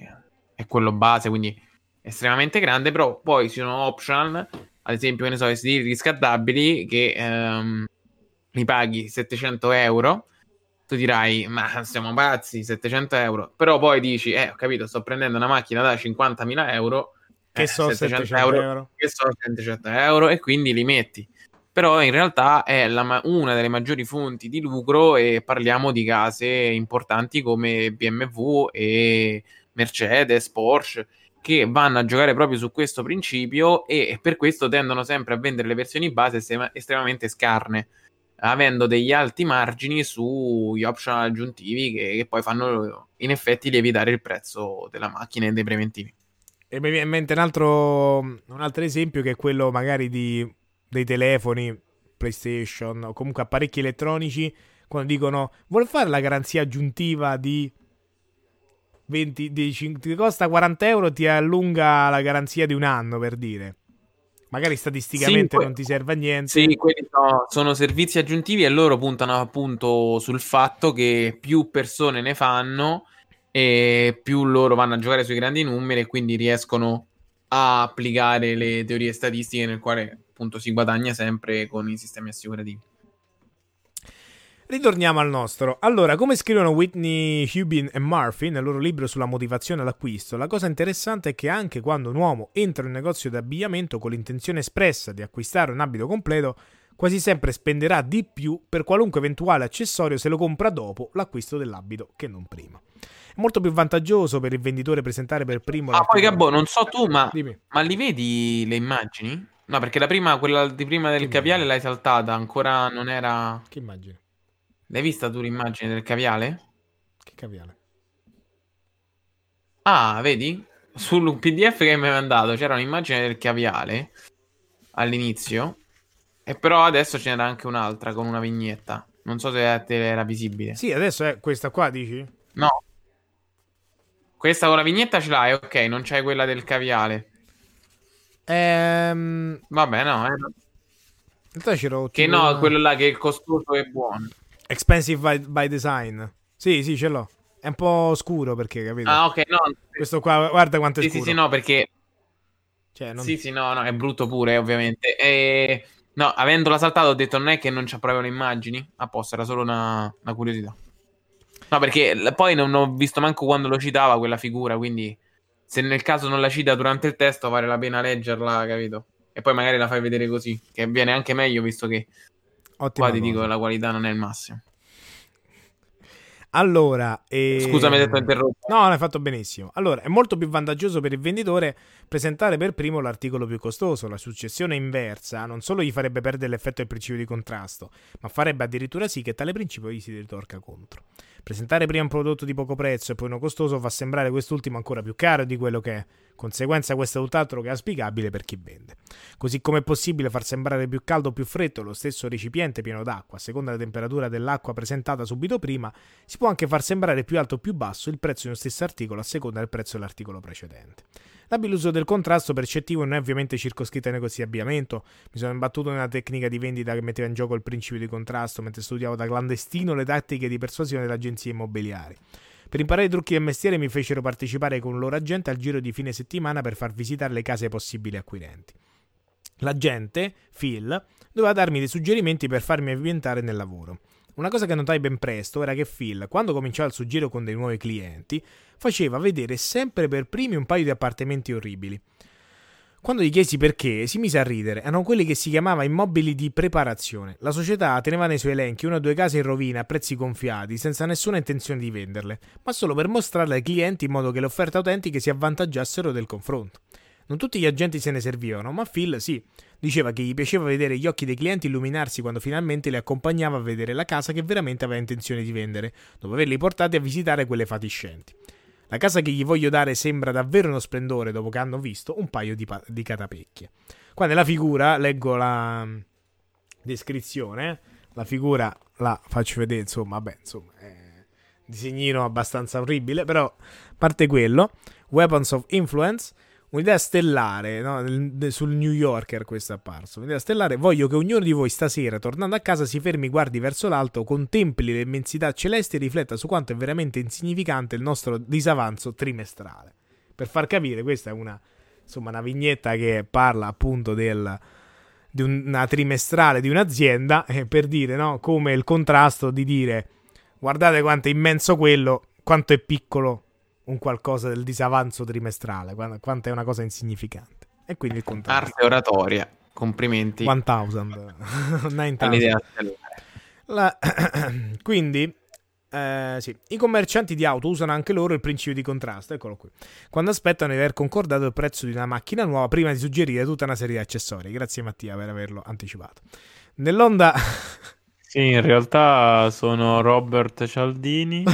S2: è quello base, quindi estremamente grande, però poi ci sono optional, ad esempio, che ne so, i sedili riscaldabili che... li paghi 700 euro, tu dirai, ma siamo pazzi, 700 euro, però poi dici, ho capito, sto prendendo una macchina da 50.000 euro,
S1: che so 700 euro,
S2: che so 700 euro, e quindi li metti. però in realtà è una delle maggiori fonti di lucro, e parliamo di case importanti come BMW e Mercedes, Porsche, che vanno a giocare proprio su questo principio, e per questo tendono sempre a vendere le versioni base estremamente scarne, avendo degli alti margini sugli option aggiuntivi che poi fanno in effetti lievitare il prezzo della macchina e dei preventivi.
S1: E mi viene in mente un altro esempio, che è quello magari dei telefoni, PlayStation o comunque apparecchi elettronici, quando dicono vuol fare la garanzia aggiuntiva di 20, ti costa 40 euro, ti allunga la garanzia di un anno, per dire. Magari statisticamente non ti serve a niente.
S2: Sì, quelli sono servizi aggiuntivi, e loro puntano appunto sul fatto che più persone ne fanno e più loro vanno a giocare sui grandi numeri, e quindi riescono a applicare le teorie statistiche, nel quale appunto si guadagna sempre con i sistemi assicurativi.
S1: Ritorniamo al nostro. Allora, come scrivono Whitney, Hubin e Murphy nel loro libro sulla motivazione all'acquisto, la cosa interessante è che anche quando un uomo entra in un negozio di abbigliamento con l'intenzione espressa di acquistare un abito completo, quasi sempre spenderà di più per qualunque eventuale accessorio se lo compra dopo l'acquisto dell'abito che non prima. È molto più vantaggioso per il venditore presentare per primo
S2: Poi Gabbo, non so tu, ma li vedi le immagini? No, perché quella di prima del caviale l'hai saltata, ancora non era...
S1: Che immagine?
S2: L'hai vista tu l'immagine del caviale?
S1: Che caviale?
S2: Ah, vedi? Sul PDF che mi hai mandato c'era un'immagine del caviale all'inizio, e però adesso ce n'era anche un'altra con una vignetta. Non so se a te era visibile.
S1: Sì, adesso è questa qua, dici?
S2: No. Questa con la vignetta ce l'hai, ok, non c'hai quella del caviale. Vabbè, no.
S1: In realtà c'ero
S2: che no, quello là che è costoso e buono.
S1: Expensive by design. Sì, ce l'ho. È un po' scuro perché, capito?
S2: Ah, ok, no.
S1: Questo qua, guarda quanto è scuro.
S2: Sì, no, perché...
S1: Cioè, non...
S2: Sì, no, è brutto pure, ovviamente. No, avendola saltato ho detto non è che non c'ha proprio le immagini. Apposta, era solo una curiosità. No, perché poi non ho visto manco quando lo citava quella figura, quindi se nel caso non la cita durante il testo vale la pena leggerla, capito? E poi magari la fai vedere così, che viene anche meglio, visto che
S1: Ottima
S2: qua ti
S1: cosa.
S2: dico la qualità non è il massimo.
S1: Allora,
S2: scusa, mi hai detto interrotto.
S1: No, l'hai fatto benissimo. Allora, è molto più vantaggioso per il venditore presentare per primo l'articolo più costoso. La successione inversa non solo gli farebbe perdere l'effetto del principio di contrasto, ma farebbe addirittura sì che tale principio gli si ritorca contro. Presentare prima un prodotto di poco prezzo e poi uno costoso fa sembrare quest'ultimo ancora più caro di quello che è. Conseguenza, questo è tutt'altro che auspicabile per chi vende. Così come è possibile far sembrare più caldo o più freddo lo stesso recipiente pieno d'acqua, a seconda della temperatura dell'acqua presentata subito prima, si può anche far sembrare più alto o più basso il prezzo di uno stesso articolo a seconda del prezzo dell'articolo precedente. L'uso del contrasto percettivo non è ovviamente circoscritto ai negozi di abbigliamento. Mi sono imbattuto nella tecnica di vendita che metteva in gioco il principio di contrasto mentre studiavo da clandestino le tattiche di persuasione delle agenzie immobiliari. Per imparare i trucchi del mestiere mi fecero partecipare con un loro agente al giro di fine settimana per far visitare le case ai possibili acquirenti. L'agente, Phil, doveva darmi dei suggerimenti per farmi ambientare nel lavoro. Una cosa che notai ben presto era che Phil, quando cominciava il suo giro con dei nuovi clienti, faceva vedere sempre per primi un paio di appartamenti orribili. Quando gli chiesi perché, si mise a ridere. Erano quelli che si chiamava immobili di preparazione. La società teneva nei suoi elenchi una o due case in rovina a prezzi gonfiati, senza nessuna intenzione di venderle, ma solo per mostrarle ai clienti in modo che le offerte autentiche si avvantaggiassero del confronto. Non tutti gli agenti se ne servivano, ma Phil sì. Diceva che gli piaceva vedere gli occhi dei clienti illuminarsi quando finalmente li accompagnava a vedere la casa che veramente aveva intenzione di vendere, dopo averli portati a visitare quelle fatiscenti. La casa che gli voglio dare sembra davvero uno splendore dopo che hanno visto un paio di catapecchie. Qua nella figura, leggo la descrizione, la figura la faccio vedere, insomma, è un disegnino abbastanza orribile, però a parte quello, Weapons of Influence, un'idea stellare, no? Sul New Yorker questo è apparso. Un'idea stellare: voglio che ognuno di voi stasera, tornando a casa, si fermi, guardi verso l'alto, contempli le immensità celesti e rifletta su quanto è veramente insignificante il nostro disavanzo trimestrale. Per far capire, questa è una vignetta che parla appunto di una trimestrale di un'azienda, per dire, no? Come il contrasto di dire: guardate quanto è immenso quello, quanto è piccolo un qualcosa del disavanzo trimestrale, quanto è una cosa insignificante. E quindi il contrario.
S2: Arte oratoria. Complimenti.
S1: 1000. 9000.
S2: All'idea.
S1: Quindi, sì, i commercianti di auto usano anche loro il principio di contrasto, eccolo qui, quando aspettano di aver concordato il prezzo di una macchina nuova prima di suggerire tutta una serie di accessori. Grazie Mattia per averlo anticipato. Nell'onda...
S3: Sì, in realtà sono Robert Cialdini.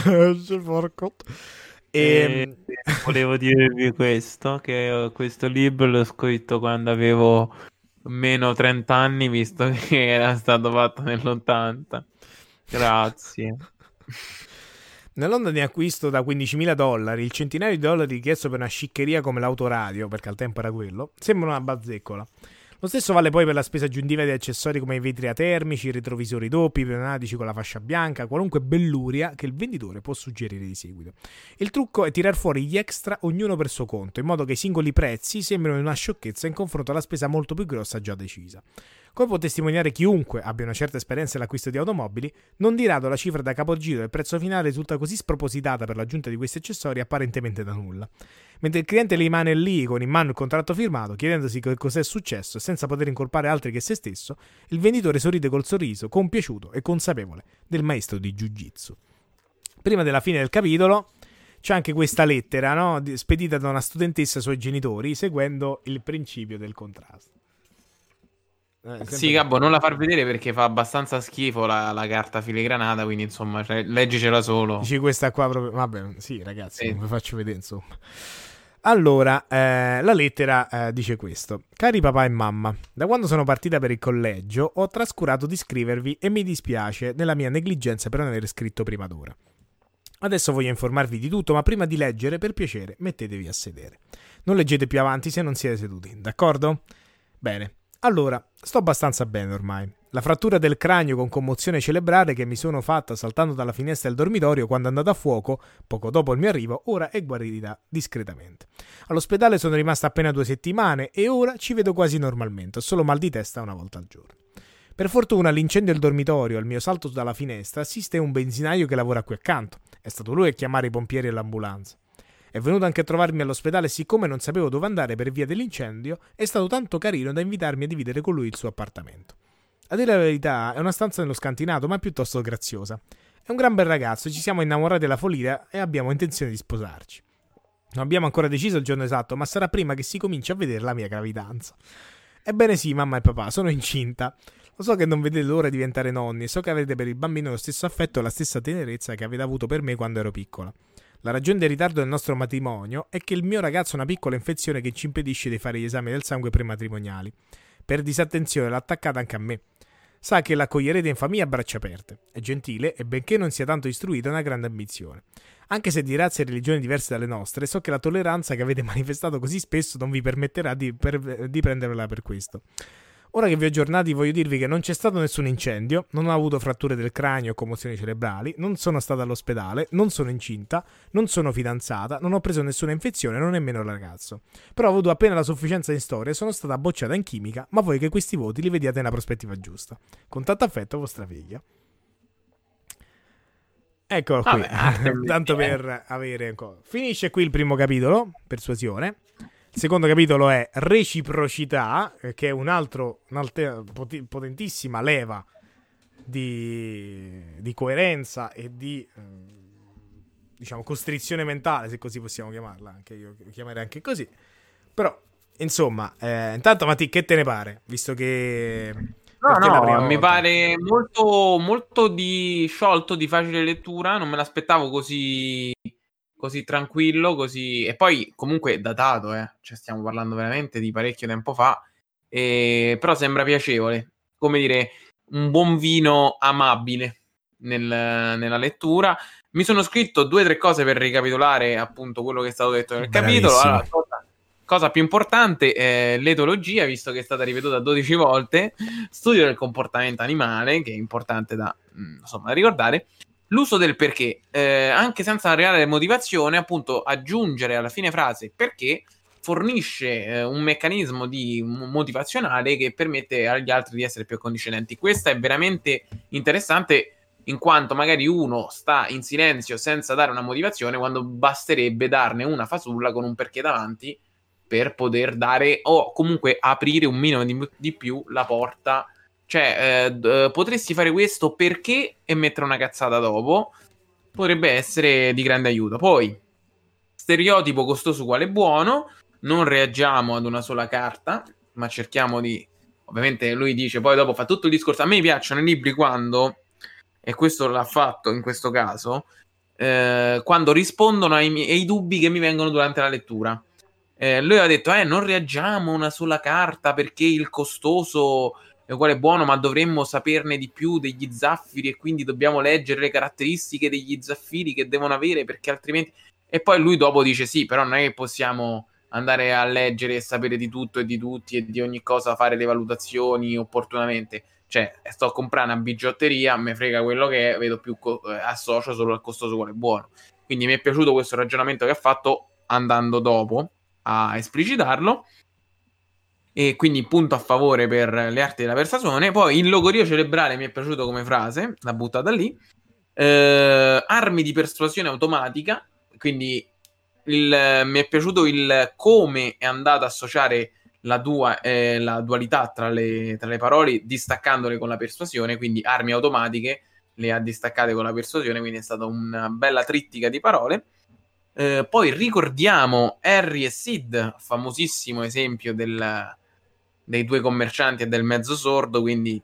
S3: E volevo dirvi questo, che questo libro l'ho scritto quando avevo meno 30 anni, visto che era stato fatto nell'80. Grazie.
S1: Nell'onda di acquisto da $15.000, il centinaio di dollari richiesto per una sciccheria come l'autoradio, perché al tempo era quello, sembra una bazzeccola. Lo stesso vale poi per la spesa aggiuntiva di accessori come i vetri atermici, i retrovisori doppi, i pneumatici con la fascia bianca, qualunque belluria che il venditore può suggerire di seguito. Il trucco è tirar fuori gli extra ognuno per suo conto, in modo che i singoli prezzi sembrino una sciocchezza in confronto alla spesa molto più grossa già decisa. Come può testimoniare chiunque abbia una certa esperienza nell'acquisto di automobili, non di rado la cifra da capogiro del prezzo finale risulta così spropositata per l'aggiunta di questi accessori apparentemente da nulla. Mentre il cliente rimane lì con in mano il contratto firmato, chiedendosi che cos'è successo e senza poter incolpare altri che se stesso, il venditore sorride col sorriso, compiaciuto e consapevole del maestro di Jiu-Jitsu. Prima della fine del capitolo c'è anche questa lettera, no? Spedita da una studentessa ai suoi genitori, seguendo il principio del contrasto.
S2: Sì, Gabbo, non la far vedere perché fa abbastanza schifo la carta filigranata, quindi insomma, leggicela solo.
S1: Dici questa qua proprio... Vabbè, sì ragazzi, non vi faccio vedere insomma. Allora, la lettera dice questo. Cari papà e mamma, da quando sono partita per il collegio ho trascurato di scrivervi e mi dispiace nella mia negligenza per non aver scritto prima d'ora. Adesso voglio informarvi di tutto, ma prima di leggere, per piacere, mettetevi a sedere. Non leggete più avanti se non siete seduti, d'accordo? Bene. Allora, sto abbastanza bene ormai. La frattura del cranio con commozione cerebrale che mi sono fatta saltando dalla finestra del dormitorio quando è andato a fuoco, poco dopo il mio arrivo, ora è guarita discretamente. All'ospedale sono rimasta appena 2 settimane e ora ci vedo quasi normalmente, ho solo mal di testa una volta al giorno. Per fortuna l'incendio del dormitorio al mio salto dalla finestra assiste un benzinaio che lavora qui accanto. È stato lui a chiamare i pompieri e l'ambulanza. È venuto anche a trovarmi all'ospedale e siccome non sapevo dove andare per via dell'incendio, è stato tanto carino da invitarmi a dividere con lui il suo appartamento. A dire la verità, è una stanza nello scantinato, ma piuttosto graziosa. È un gran bel ragazzo, ci siamo innamorati alla follia e abbiamo intenzione di sposarci. Non abbiamo ancora deciso il giorno esatto, ma sarà prima che si cominci a vedere la mia gravidanza. Ebbene sì, mamma e papà, sono incinta. Lo so che non vedete l'ora di diventare nonni e so che avrete per il bambino lo stesso affetto e la stessa tenerezza che avete avuto per me quando ero piccola. La ragione del ritardo del nostro matrimonio è che il mio ragazzo ha una piccola infezione che ci impedisce di fare gli esami del sangue prematrimoniali. Per disattenzione l'ha attaccata anche a me. Sa che l'accoglierete in famiglia a braccia aperte. È gentile e benché non sia tanto istruito ha una grande ambizione. Anche se di razze e religioni diverse dalle nostre, so che la tolleranza che avete manifestato così spesso non vi permetterà di prenderla per questo. Ora che vi ho aggiornati voglio dirvi che non c'è stato nessun incendio, non ho avuto fratture del cranio o commozioni cerebrali, non sono stata all'ospedale, non sono incinta, non sono fidanzata, non ho preso nessuna infezione, non nemmeno il ragazzo. Però ho avuto appena la sufficienza in storia e sono stata bocciata in chimica, ma voi che questi voti li vediate nella prospettiva giusta. Con tanto affetto, vostra figlia. Eccolo qui, tanto per avere... Finisce qui il primo capitolo, persuasione. Il secondo capitolo è reciprocità, che è un'altra potentissima leva di coerenza e di diciamo costrizione mentale, se così possiamo chiamarla, anche io chiamerei anche così. Però, insomma, intanto Matti, che te ne pare? Visto che...
S2: No, mi pare molto, molto sciolto, di facile lettura, non me l'aspettavo così tranquillo, così... E poi comunque è datato, cioè stiamo parlando veramente di parecchio tempo fa, però sembra piacevole, come dire, un buon vino amabile nella lettura. Mi sono scritto 2 o 3 cose per ricapitolare appunto quello che è stato detto nel capitolo. Allora, cosa più importante è l'etologia, visto che è stata ripetuta 12 volte, studio del comportamento animale, che è importante da ricordare. L'uso del perché, anche senza una reale motivazione, appunto aggiungere alla fine frase perché fornisce un meccanismo motivazionale che permette agli altri di essere più accondiscendenti. Questa è veramente interessante, in quanto magari uno sta in silenzio senza dare una motivazione, quando basterebbe darne una fasulla con un perché davanti per poter dare o comunque aprire un minimo di più la porta. Cioè, potresti fare questo perché e mettere una cazzata dopo. Potrebbe essere di grande aiuto. Poi, stereotipo costoso uguale buono. Non reagiamo ad una sola carta, ma cerchiamo di... Ovviamente lui dice, poi dopo fa tutto il discorso. A me piacciono i libri quando, e questo l'ha fatto in questo caso, quando rispondono ai dubbi che mi vengono durante la lettura. Lui aveva detto, non reagiamo a una sola carta perché il costoso è uguale buono, ma dovremmo saperne di più degli zaffiri e quindi dobbiamo leggere le caratteristiche degli zaffiri che devono avere perché altrimenti... E poi lui dopo dice, sì, però non è che possiamo andare a leggere e sapere di tutto e di tutti e di ogni cosa, fare le valutazioni opportunamente. Cioè, sto comprando una bigiotteria, me frega quello che è, vedo più associo solo al costoso uguale buono. Quindi mi è piaciuto questo ragionamento che ha fatto andando dopo a esplicitarlo, e quindi punto a favore per le arti della persuasione. Poi il logorio cerebrale mi è piaciuto come frase, l'ha buttata lì. Armi di persuasione automatica, quindi mi è piaciuto il come è andato a associare la dualità tra le parole, distaccandole con la persuasione, quindi armi automatiche le ha distaccate con la persuasione, quindi è stata una bella trittica di parole. Poi ricordiamo Harry e Sid, famosissimo esempio dei due commercianti e del mezzo sordo, quindi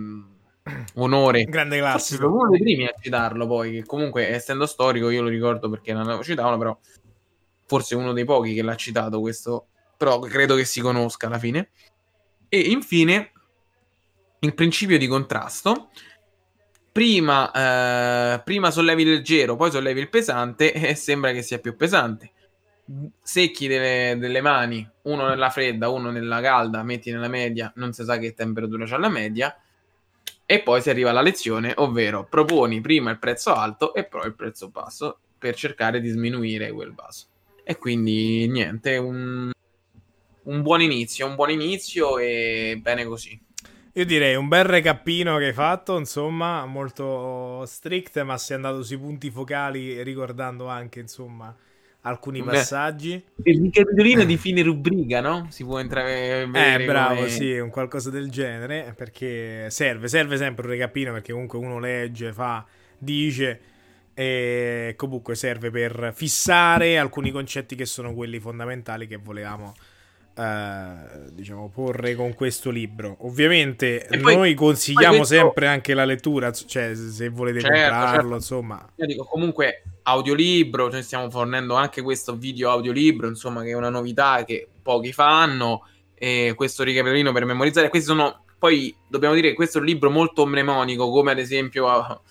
S2: onore.
S1: Grande classico.
S2: Forse uno dei primi a citarlo, poi, che comunque essendo storico io lo ricordo perché non lo citavano, però forse uno dei pochi che l'ha citato questo, però credo che si conosca alla fine. E infine il principio di contrasto. Prima sollevi il leggero, poi sollevi il pesante e sembra che sia più pesante. Secchi delle mani, uno nella fredda, uno nella calda, metti nella media, non si sa che temperatura c'ha la media, e poi si arriva alla lezione, ovvero proponi prima il prezzo alto e poi il prezzo basso per cercare di sminuire quel basso. E quindi niente, un buon inizio e bene così.
S1: Io direi un bel recapino che hai fatto, insomma, molto strict, ma sei andato sui punti focali ricordando anche, insomma, alcuni passaggi.
S2: Il ricapitolino di fine rubrica, no? Si può entrare
S1: bravo,
S2: come...
S1: sì, un qualcosa del genere, perché serve sempre un recapino, perché comunque uno legge, fa, dice, e comunque serve per fissare alcuni concetti che sono quelli fondamentali che volevamo diciamo porre con questo libro. Ovviamente noi consigliamo sempre anche la lettura, cioè se volete comprarlo, insomma.
S2: Io dico comunque audiolibro, cioè stiamo fornendo anche questo video audiolibro, insomma, che è una novità che pochi fanno, e questo ricapitolino per memorizzare. Questi sono, poi dobbiamo dire che questo è un libro molto mnemonico, come ad esempio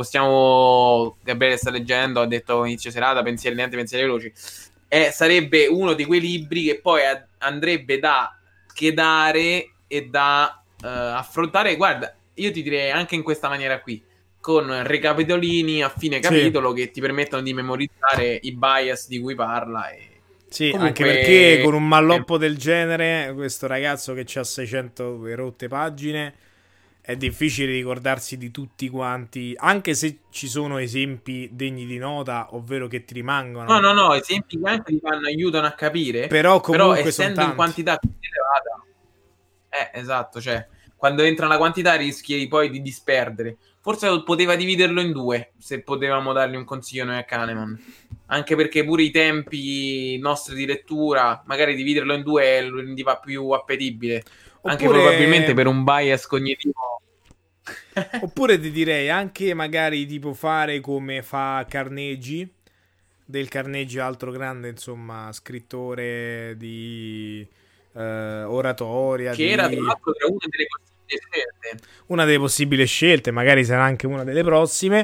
S2: Gabriele sta leggendo, ha detto inizio serata, pensieri lenti, pensieri veloci. Sarebbe uno di quei libri che poi andrebbe da schedare e da affrontare. Guarda, io ti direi anche in questa maniera qui, con recapitolini a fine capitolo che ti permettono di memorizzare i bias di cui parla.
S1: Sì, comunque, anche perché con un malloppo del genere, questo ragazzo che ha 600 rotte pagine, è difficile ricordarsi di tutti quanti, anche se ci sono esempi degni di nota, ovvero che ti rimangono.
S2: No, esempi che anche ti aiutano a capire.
S1: Però comunque
S2: essendo in quantità più elevata, esatto, cioè quando entra la quantità rischi poi di disperdere. Forse poteva dividerlo in due, se potevamo dargli un consiglio noi a Kahneman. Anche perché pure i tempi nostri di lettura, magari dividerlo in due lo rendiva più appetibile. Anche probabilmente per un bias cognitivo.
S1: Oppure ti direi anche magari tipo fare come fa Carnegie. Del Carnegie, altro grande, insomma, scrittore di oratoria.
S2: Che era tra l'altro una delle possibili scelte.
S1: Una delle possibili scelte, magari sarà anche una delle prossime.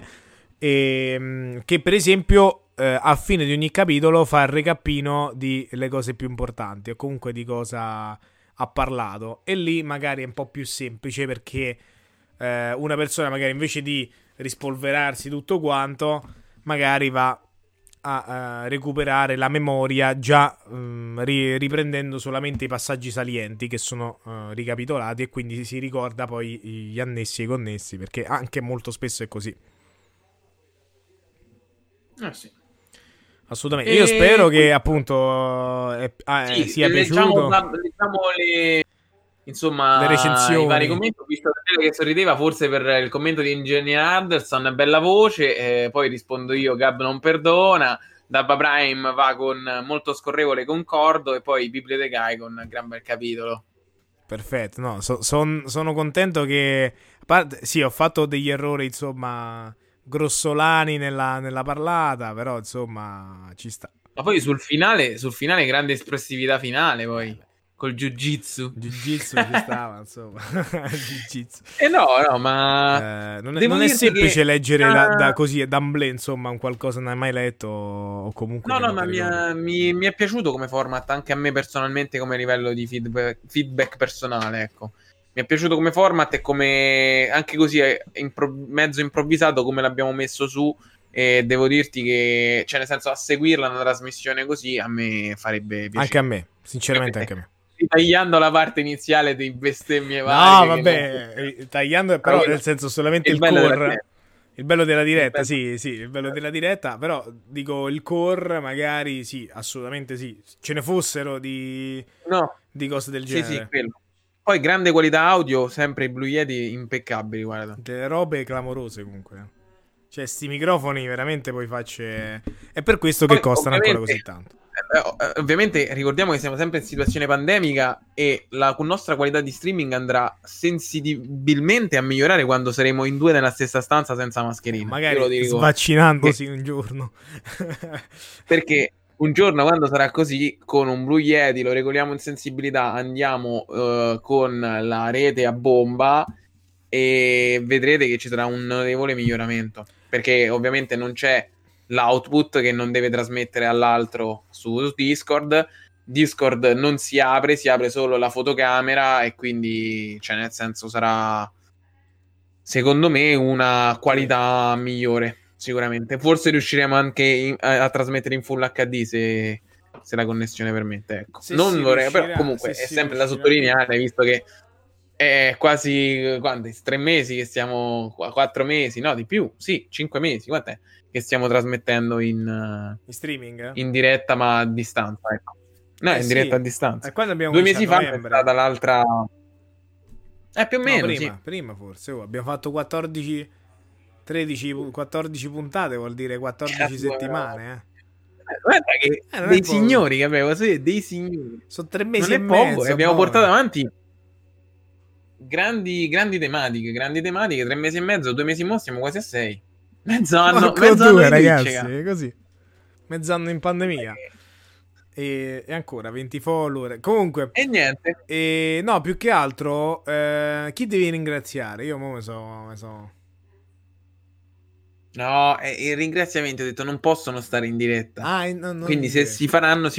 S1: Che per esempio a fine di ogni capitolo fa il recapino di le cose più importanti o comunque di cosa ha parlato, e lì magari è un po' più semplice perché una persona magari invece di rispolverarsi tutto quanto magari va a recuperare la memoria già riprendendo solamente i passaggi salienti che sono ricapitolati, e quindi si ricorda poi gli annessi e i connessi, perché anche molto spesso è così.
S2: Sì.
S1: Assolutamente. Io spero che appunto sia piaciuto.
S2: Diciamo insomma,
S1: le recensioni,
S2: i vari commenti. Ho visto che sorrideva forse per il commento di Engineer Anderson, bella voce, poi rispondo io, Gab non perdona, Dabba Prime va con molto scorrevole, concordo, e poi Bibliotecai con gran bel capitolo.
S1: Perfetto, no, sono contento che, a parte, sì, ho fatto degli errori, insomma, grossolani nella parlata, però insomma ci sta.
S2: Ma poi sul finale grande espressività finale, poi col jiu-jitsu
S1: ci stava, insomma. Jiu-jitsu.
S2: No, ma
S1: non è semplice leggere da così d'amblè, insomma, un qualcosa non hai mai letto o comunque
S2: no, ma mi è piaciuto come format, anche a me personalmente, come livello di feedback personale, ecco. Mi è piaciuto come format e come anche così mezzo improvvisato come l'abbiamo messo su, e devo dirti che, cioè, nel senso, a seguirla una trasmissione così a me farebbe piacere.
S1: Anche a me, sinceramente anche a me.
S2: Tagliando la parte iniziale dei bestemmie
S1: varie. No, vabbè, tagliando però nel senso solamente il core. Il bello della diretta, sì, il bello della diretta, però dico il core magari sì, assolutamente sì. Ce ne fossero di cose del genere.
S2: Sì, quello. Poi grande qualità audio, sempre i Blue Yeti impeccabili, guarda.
S1: Delle robe clamorose comunque. Cioè, sti microfoni veramente poi è per questo che costano ancora così tanto.
S2: Ovviamente ricordiamo che siamo sempre in situazione pandemica e la nostra qualità di streaming andrà sensibilmente a migliorare quando saremo in 2 nella stessa stanza senza mascherina.
S1: Magari svaccinandosi un giorno.
S2: Perché un giorno, quando sarà così, con un Blue Yeti lo regoliamo in sensibilità, andiamo con la rete a bomba e vedrete che ci sarà un notevole miglioramento, perché ovviamente non c'è l'output che non deve trasmettere all'altro su Discord non si apre solo la fotocamera, e quindi, cioè, nel senso, sarà secondo me una qualità migliore sicuramente. Forse riusciremo anche a trasmettere in Full HD se la connessione permette, ecco. Non vorrei, però comunque è sempre da sottolineare, visto che è quasi 3 mesi che stiamo, 4 mesi, no, di più, sì, 5 mesi, quant'è che stiamo trasmettendo in
S1: streaming?
S2: In diretta, ma a distanza, ecco. No, in diretta a distanza.
S1: 2
S2: mesi fa è stata l'altra. Più o meno,
S1: prima forse. Abbiamo fatto 14 puntate, vuol dire 14 settimane,
S2: Guarda che dei signori che avevo, dei signori.
S1: Sono 3 mesi
S2: non
S1: e
S2: è poco,
S1: mezzo.
S2: E abbiamo portato avanti grandi tematiche, 3 mesi e mezzo, 2 mesi mo, siamo quasi a 6. Mezz'anno,
S1: ragazzi, così. Mezz'anno in pandemia. E ancora 20 follower. Comunque.
S2: E niente.
S1: No, più che altro, chi devi ringraziare? Io mo me so.
S2: No, il ringraziamento, ho detto, non possono stare in diretta. Quindi se si faranno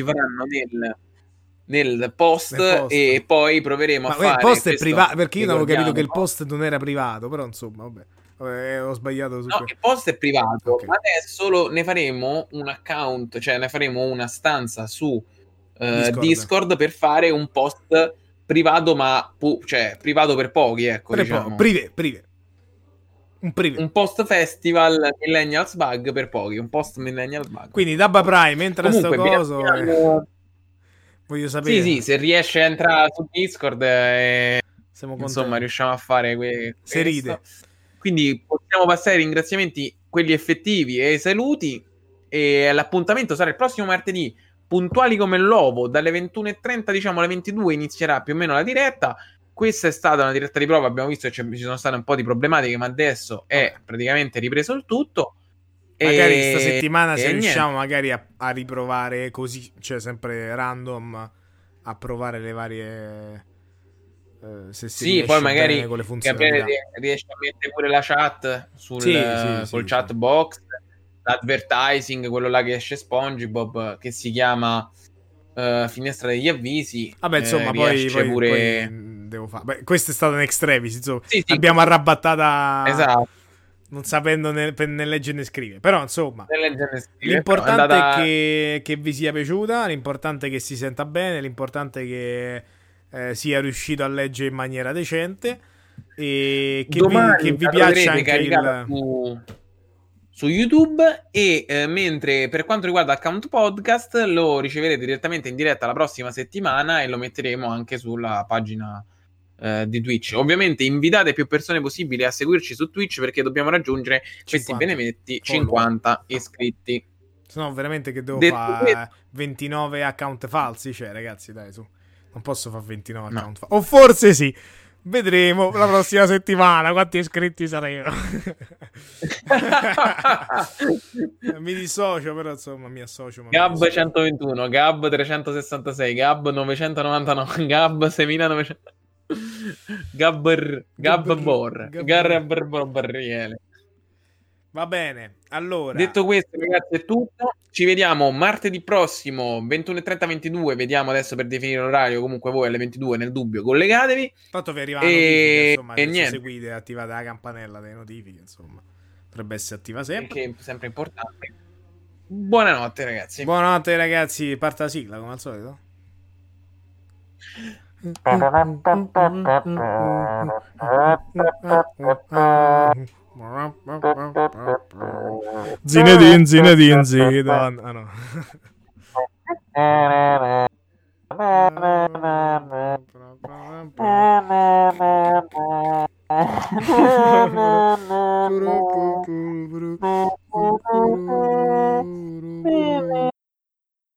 S2: nel post, e poi proveremo a fare.
S1: Il post è privato, perché io non avevo capito che il post non era privato, però insomma, vabbè. Ho sbagliato su
S2: il post è privato, okay. Ma adesso ne faremo un account, cioè ne faremo una stanza su Discord per fare un post privato, ma cioè privato per pochi, ecco, diciamo.
S1: Prive.
S2: Un post festival Millennials Bug per pochi, un post Millennials Bug.
S1: Quindi Dabba Prime entra sto coso. Voglio sapere.
S2: Sì, se riesce a entrare su Discord, insomma, riusciamo a fare
S1: se ride.
S2: Quindi possiamo passare ai ringraziamenti, quelli effettivi e saluti, e l'appuntamento sarà il prossimo martedì, puntuali come l'uovo, dalle 21:30, diciamo alle 22 inizierà più o meno la diretta. Questa è stata una diretta di prova, abbiamo visto che ci sono state un po' di problematiche, ma adesso è praticamente ripreso il tutto.
S1: Magari questa settimana se riusciamo magari a riprovare così, cioè sempre random, a provare le varie... se si
S2: poi magari
S1: con le funzionalità.
S2: riesce a mettere pure la chat col chat box, l'advertising, quello là che esce SpongeBob, che si chiama finestra degli avvisi.
S1: Vabbè, insomma, poi devo fare. Beh, questo è stato un extremis, insomma. Abbiamo arrabattata,
S2: esatto,
S1: non sapendo né leggere né scrivere. Però insomma, l'importante è che vi sia piaciuta, l'importante è che si senta bene, l'importante è che sia riuscito a leggere in maniera decente, e che vi piaccia anche
S2: su YouTube e mentre per quanto riguarda Account Podcast lo riceverete direttamente in diretta la prossima settimana e lo metteremo anche sulla pagina di Twitch. Ovviamente invitate più persone possibili a seguirci su Twitch perché dobbiamo raggiungere
S1: 50
S2: questi benedetti
S1: follower.
S2: 50 iscritti.
S1: Se no veramente che devo
S2: Detto
S1: fare 29 account falsi, cioè ragazzi dai su, non posso fare 29
S2: No.
S1: account falsi, o forse sì, vedremo la prossima settimana quanti iscritti saremo. Mi dissocio, però insomma mi associo.
S2: Gab 121, Gab 366, Gab 999, Gab 6900, Barriele.
S1: Va bene, allora.
S2: Detto questo, ragazzi, è tutto. Ci vediamo martedì prossimo, 21:30, 22. Vediamo adesso per definire l'orario. Comunque voi alle 22, nel dubbio, collegatevi.
S1: Tanto vi arriva la notifica, insomma,
S2: e
S1: se
S2: niente.
S1: seguite e attivate la campanella delle notifiche, insomma, dovrebbe essere attiva sempre.
S2: Perché è sempre importante. Buonanotte, ragazzi.
S1: Buonanotte, ragazzi. Parta la sigla, come al solito. Zinedine Zidane. Ah no.